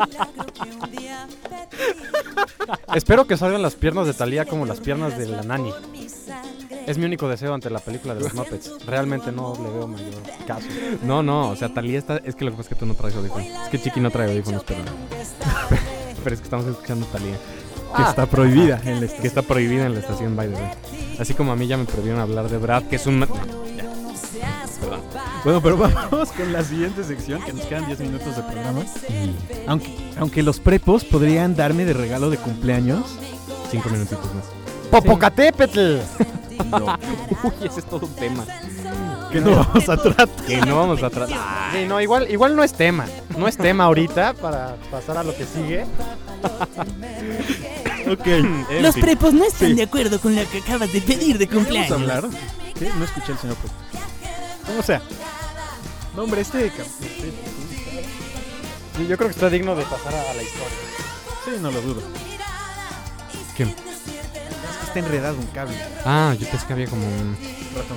Espero que salgan las piernas de Talía como las piernas de la Nani. Es mi único deseo ante la película de los Muppets. Realmente no le veo mayor caso. No, o sea, Talía está... Es que lo que pasa es que tú no traes audífonos. Es que Chiqui no trae audífonos, pero es que estamos escuchando Talía. Que está prohibida en la estación. Que está prohibida en la estación, by the way. Así como a mí ya me prohibieron hablar de Brad, que es un... Perdón. Bueno, pero vamos con la siguiente sección, que nos quedan 10 minutos de programa. Aunque los prepos podrían darme de regalo de cumpleaños 5 minutitos más. ¡Popocatépetl! No. Uy, ese es todo un tema. Que no vamos a tratar. Sí, no, igual no es tema. No es tema ahorita para pasar a lo que sigue. Ok. Los prepos no están de acuerdo con lo que acabas de pedir de cumpleaños. ¿Vamos a hablar? ¿Qué? No escuché al señor Prepo. ¿Cómo sea? No, hombre, sí, yo creo que está digno de pasar a la historia. Sí, no lo dudo. ¿Qué? Es que está enredado un cable. Yo pensé que había como un... ¿Ratón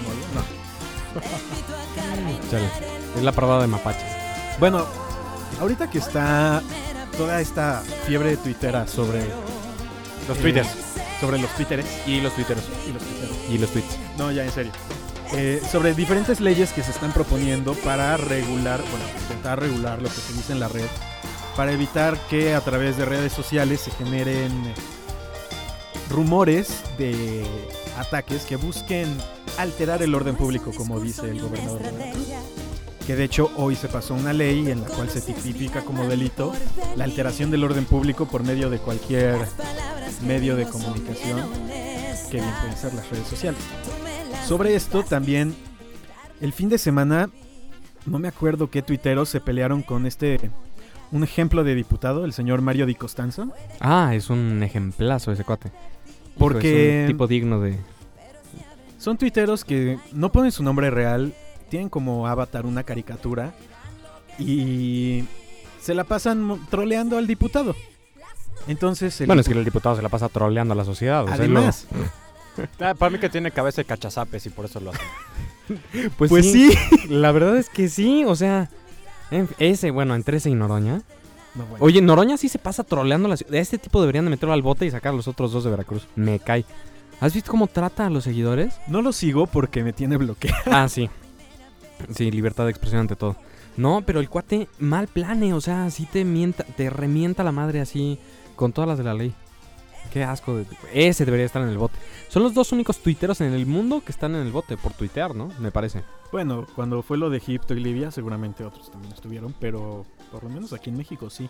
no? Chale. Es la parvada de mapaches. Bueno, ahorita que está toda esta fiebre tuitera sobre los twitters, sobre los twitteres y los twitteros y los tweets. No, ya en serio. Sobre diferentes leyes que se están proponiendo para intentar regular lo que se dice en la red, para evitar que a través de redes sociales se generen rumores de ataques que busquen alterar el orden público, como dice el gobernador de Veracruz. Que de hecho hoy se pasó una ley en la cual se tipifica como delito la alteración del orden público por medio de cualquier medio de comunicación, que bien pueden ser las redes sociales. Sobre esto también, el fin de semana, no me acuerdo qué tuiteros se pelearon con un ejemplo de diputado, el señor Mario Di Costanzo. Es un ejemplazo ese cuate. Porque es un tipo digno de... Son tuiteros que no ponen su nombre real, tienen como avatar una caricatura y se la pasan troleando al diputado. Entonces es que el diputado se la pasa troleando a la sociedad. Además... Para mí que tiene cabeza de cachazapes y por eso lo hace. Pues sí. La verdad es que sí, o sea, entre ese y Noroña. No, bueno. Oye, Noroña sí se pasa troleando a la ciudad. Este tipo deberían de meterlo al bote y sacar a los otros dos de Veracruz. Me cae. ¿Has visto cómo trata a los seguidores? No lo sigo porque me tiene bloqueado. Sí. Sí, libertad de expresión ante todo. No, pero el cuate mal plane, o sea, sí te remienta la madre así con todas las de la ley. Qué asco. Ese debería estar en el bote. Son los dos únicos tuiteros en el mundo que están en el bote por tuitear, ¿no? Me parece. Bueno, cuando fue lo de Egipto y Libia, seguramente otros también estuvieron, pero por lo menos aquí en México sí.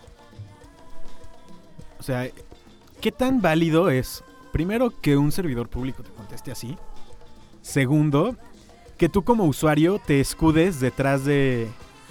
O sea, ¿qué tan válido es, primero, que un servidor público te conteste así? Segundo, que tú como usuario te escudes detrás de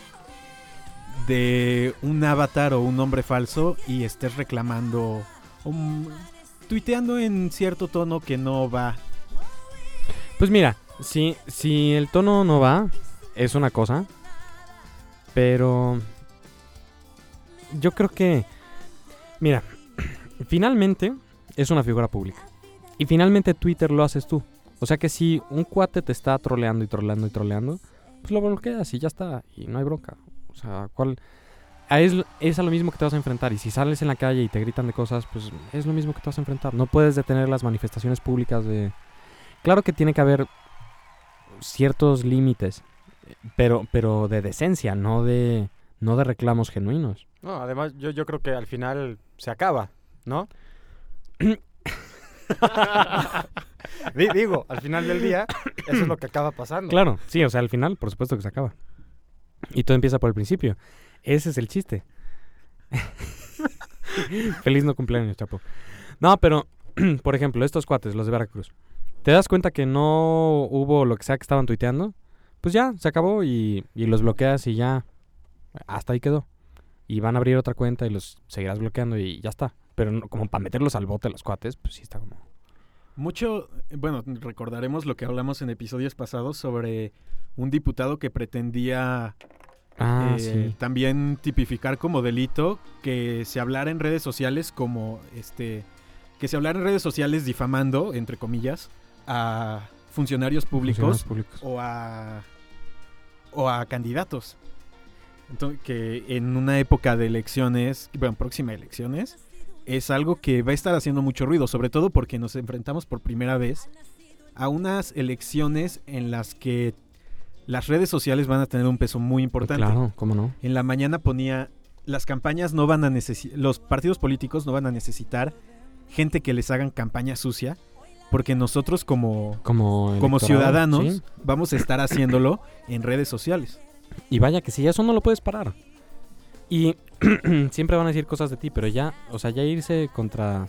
un avatar o un nombre falso y estés reclamando o tuiteando en cierto tono que no va. Pues mira, si el tono no va, es una cosa. Pero yo creo que, mira, finalmente es una figura pública. Y finalmente Twitter lo haces tú. O sea que si un cuate te está troleando y troleando y troleando, pues lo bloqueas y ya está. Y no hay bronca. O sea, es a lo mismo que te vas a enfrentar. Y si sales en la calle y te gritan de cosas, pues es lo mismo que te vas a enfrentar. No puedes detener las manifestaciones públicas de... Claro que tiene que haber ciertos límites, pero de decencia, no de reclamos genuinos. No, además yo creo que al final se acaba, ¿no? Digo, al final del día, eso es lo que acaba pasando. Claro, sí, o sea, al final, por supuesto que se acaba. Y todo empieza por el principio. Ese es el chiste. Feliz no cumpleaños, Chapo. No, pero, por ejemplo, estos cuates, los de Veracruz. ¿Te das cuenta que no hubo lo que sea que estaban tuiteando? Pues ya, se acabó y los bloqueas y ya. Hasta ahí quedó. Y van a abrir otra cuenta y los seguirás bloqueando y ya está. Pero no, como para meterlos al bote los cuates, pues sí está como... Mucho, bueno, recordaremos lo que hablamos en episodios pasados sobre un diputado que pretendía sí. también tipificar como delito que se hablara en redes sociales como que se hablara en redes sociales difamando, entre comillas, a funcionarios públicos. o a candidatos. Entonces, que en una época de elecciones, bueno, próxima a elecciones, es algo que va a estar haciendo mucho ruido, sobre todo porque nos enfrentamos por primera vez a unas elecciones en las que las redes sociales van a tener un peso muy importante. Claro, ¿cómo no? En la mañana ponía, las campañas no van a necesitar, los partidos políticos no van a necesitar gente que les hagan campaña sucia, porque nosotros como ciudadanos, ¿sí?, vamos a estar haciéndolo en redes sociales. Y vaya que si eso no lo puedes parar. Y siempre van a decir cosas de ti, pero ya, o sea, ya irse contra...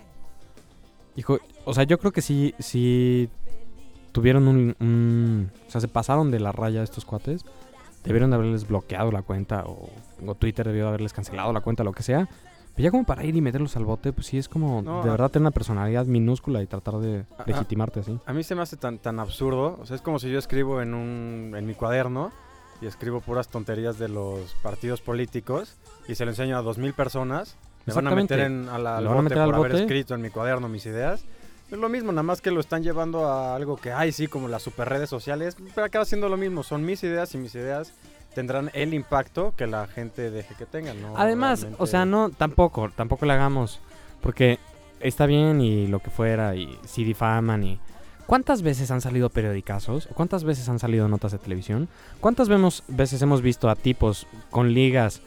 Hijo, o sea, yo creo que sí tuvieron o sea, se pasaron de la raya estos cuates. Debieron de haberles bloqueado la cuenta o Twitter debió de haberles cancelado la cuenta, lo que sea. Pero ya como para ir y meterlos al bote, pues sí es como de verdad tener una personalidad minúscula y tratar de legitimarte así. A mí se me hace tan absurdo. O sea, es como si yo escribo en mi cuaderno y escribo puras tonterías de los partidos políticos y se lo enseño a 2,000 personas. Me van a meter al bote por haber escrito en mi cuaderno mis ideas. Es lo mismo, nada más que lo están llevando a algo que, sí, como las super redes sociales, pero acaba siendo lo mismo. Son mis ideas y mis ideas tendrán el impacto que la gente deje que tengan, ¿no? Además, realmente... o sea, no, tampoco le hagamos, porque está bien y lo que fuera, y si difaman y... ¿Cuántas veces han salido periodicazos? ¿Cuántas veces han salido notas de televisión? ¿Cuántas veces hemos visto a tipos con ligas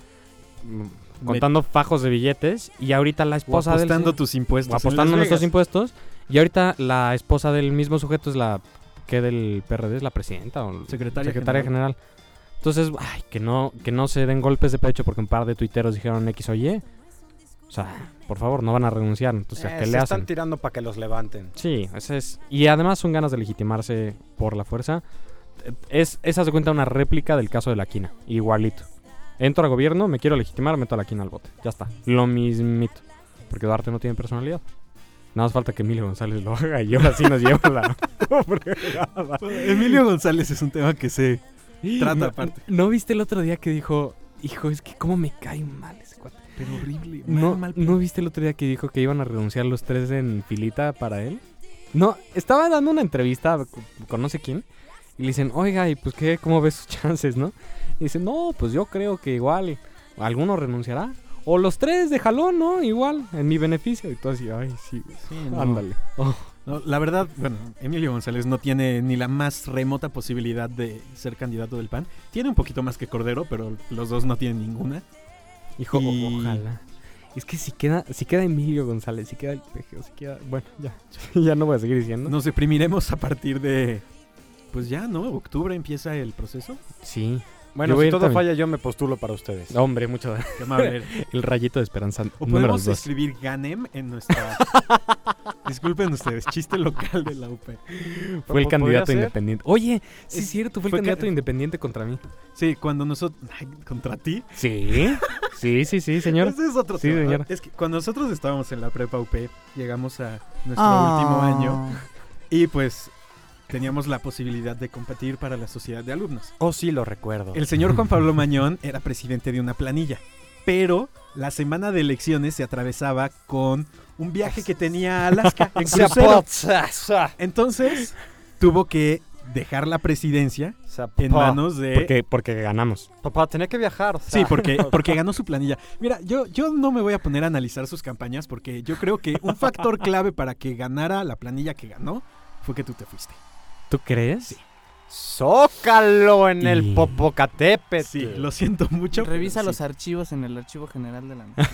contando fajos de billetes y ahorita la esposa apostando tus impuestos? Apostando nuestros impuestos y ahorita la esposa del mismo sujeto es la que del PRD, es la presidenta o secretaria general. Entonces, que no se den golpes de pecho porque un par de tuiteros dijeron X o Y. O sea, por favor, no van a renunciar. Entonces, ¿qué le hacen? Están tirando para que los levanten. Sí, ese es. Y además son ganas de legitimarse por la fuerza. Esa se cuenta una réplica del caso de la quina. Igualito. Entro al gobierno, me quiero legitimar, meto a la quina al bote. Ya está. Lo mismito. Porque Duarte no tiene personalidad. Nada más falta que Emilio González lo haga y ahora sí nos lleva la... Emilio González es un tema que se trata aparte. ¿No viste el otro día que dijo... Hijo, es que cómo me cae mal ese cuate? Pero horrible. ¿No viste el otro día que dijo que iban a renunciar los tres en filita para él? No, estaba dando una entrevista con no sé quién. Y le dicen, oiga, ¿y pues qué? ¿Cómo ves sus chances, no? Y dice, no, pues yo creo que igual alguno renunciará. O los tres de jalón, ¿no? Igual, en mi beneficio. Y todo así, sí, no. Ándale. No, la verdad, bueno, Emilio González no tiene ni la más remota posibilidad de ser candidato del PAN. Tiene un poquito más que Cordero, pero los dos no tienen ninguna. Hijo, ojalá. Es que si queda Emilio González, si queda el Pejeo, si queda... Bueno, ya no voy a seguir diciendo. Nos deprimiremos a partir de... Pues ya, ¿no? ¿Octubre empieza el proceso? Sí. Bueno, si todo falla, yo me postulo para ustedes. Hombre, mucho gracias. Qué amable. El rayito de esperanza. O podemos escribir Ganem en nuestra... Disculpen ustedes, chiste local de la UP. Fue el candidato independiente. Oye, sí es cierto, fue el candidato independiente contra mí. Sí, cuando nosotros... ¿Contra ti? Sí, señor. Ese es otro tema. Señor. Es que cuando nosotros estábamos en la prepa UP, llegamos a nuestro último año y pues... teníamos la posibilidad de competir para la sociedad de alumnos. Oh, sí, lo recuerdo. El señor Juan Pablo Mañón era presidente de una planilla, pero la semana de elecciones se atravesaba con un viaje que tenía a Alaska en crucero. Entonces, tuvo que dejar la presidencia en manos de... Porque ganamos. Papá, tenía que viajar. Sí, porque ganó su planilla. Mira, yo no me voy a poner a analizar sus campañas porque yo creo que un factor clave para que ganara la planilla que ganó fue que tú te fuiste. ¿Tú crees? Sí. Zócalo en el Popocatépetl. Sí, lo siento mucho. Revisa los archivos en el Archivo General de la Nación.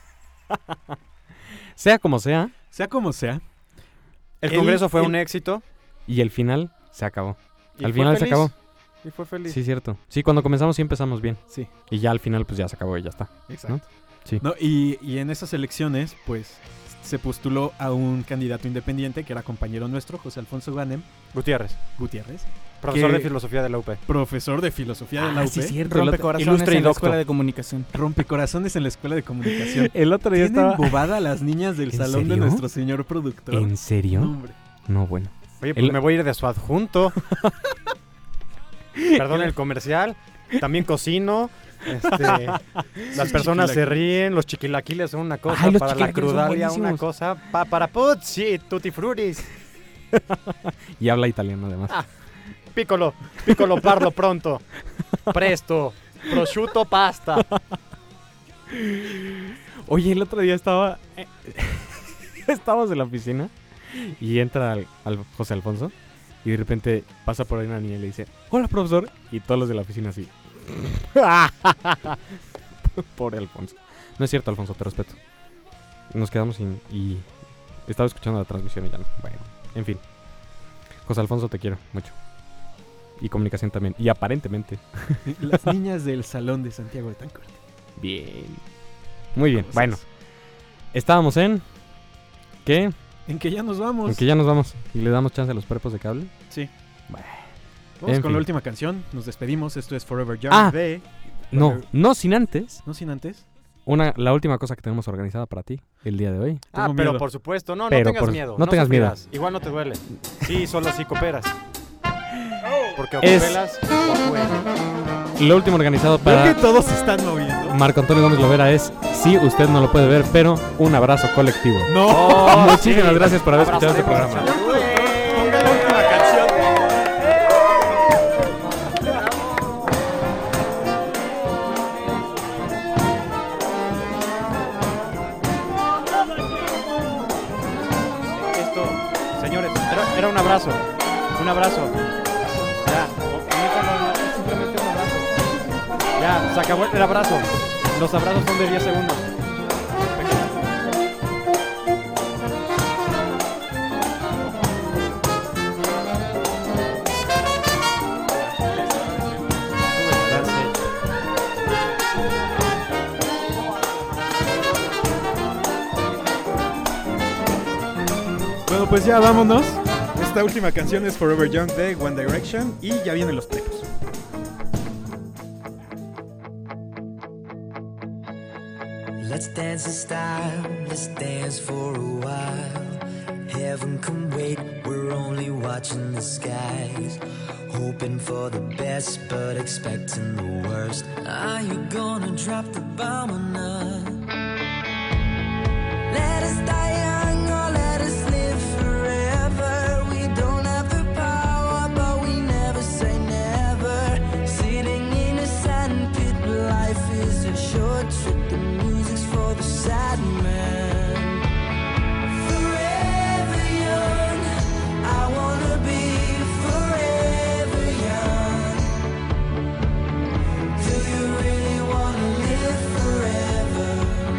Sea como sea. Sea como sea. El Congreso fue un éxito. Y el final se acabó. Al final se acabó. Y fue feliz. Sí, cierto. Sí, cuando comenzamos sí empezamos bien. Sí. Y ya al final pues ya se acabó y ya está. Exacto. ¿No? Sí. No, y en esas elecciones pues se postuló a un candidato independiente que era compañero nuestro, José Alfonso Ganem Gutiérrez. Profesor de filosofía de la UP. Profesor de filosofía de la UP. Sí, cierto. Rompecorazones en la Escuela de Comunicación. Rompecorazones en la Escuela de Comunicación. El otro día estaba... embobada las niñas del salón serio? de nuestro señor productor. ¿En serio? No, hombre. No, bueno. Oye, pues me voy a ir de su adjunto. Perdón el comercial. También cocino. Las personas se ríen. Los chiquilaquiles son una cosa. Para la crudalia una cosa. Para puzzi, tutti frutis. Y habla italiano además. Piccolo parlo pronto. Presto. Prosciutto pasta. Oye, el otro día estábamos en la oficina y entra al José Alfonso y de repente pasa por ahí una niña y le dice, hola profesor, y todos los de la oficina así. Pobre Alfonso. No es cierto, Alfonso, te respeto. Nos quedamos y estaba escuchando la transmisión y ya no. Bueno, en fin. José Alfonso, te quiero mucho. Y comunicación también. Y aparentemente. Las niñas del salón de Santiago de Tancor. Bien. Muy bien. Bueno. Estábamos en... ¿Qué? En que ya nos vamos. En que ya nos vamos. ¿Y le damos chance a los prepos de cable? Sí. Bueno. Vamos con la última canción. Nos despedimos. Esto es Forever Young de... No sin antes. No sin antes. La última cosa que tenemos organizada para ti el día de hoy. Pero por supuesto. No tengas miedo. No tengas miedo. Igual no te duele. Sí, solo si cooperas. Porque o cooperas o juegas. Lo último organizado para... Creo que todos se están moviendo. Marco Antonio Gómez Lovera es... Sí, usted no lo puede ver, pero un abrazo colectivo. ¡No! Muchísimas gracias por haber escuchado este programa. Ponga la última canción. Señores, era un abrazo. Un abrazo. Ya, simplemente un abrazo. Ya, se acabó el abrazo. Los abrazos son de 10 segundos. Bueno, pues ya vámonos. Esta última canción es Forever Young de One Direction y ya vienen los premios. Let's dance in style, let's dance for a while. Heaven can wait, we're only watching the skies. Hoping for the best, but expecting the worst. Are you gonna drop the bomb or not? Let us die young or let us live forever. We don't have the power, but we never say never. Sitting in a sandpit, life is a short trip. The music's for the sad man. Forever young, I wanna be forever young. Do you really wanna live forever?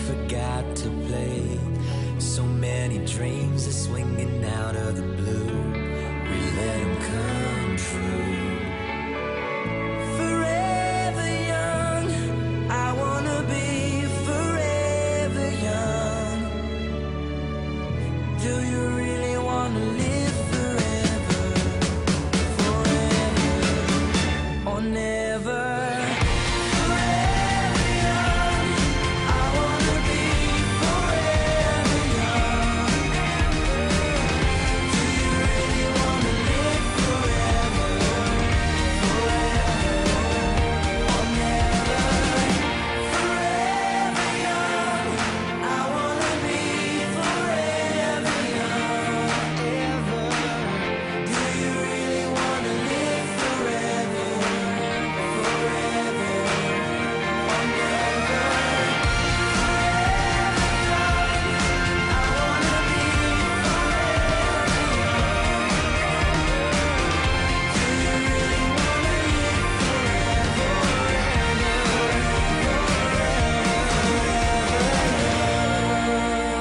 forgot to play. So many dreams are swinging out of the blue. We let them come true. Forever young, I wanna be forever young. Do you really wanna live forever? Forever or never?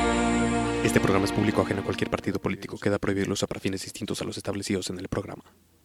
Este programa es público ajeno a cualquier partido político. Queda prohibido el uso para fines distintos a los establecidos en el programa.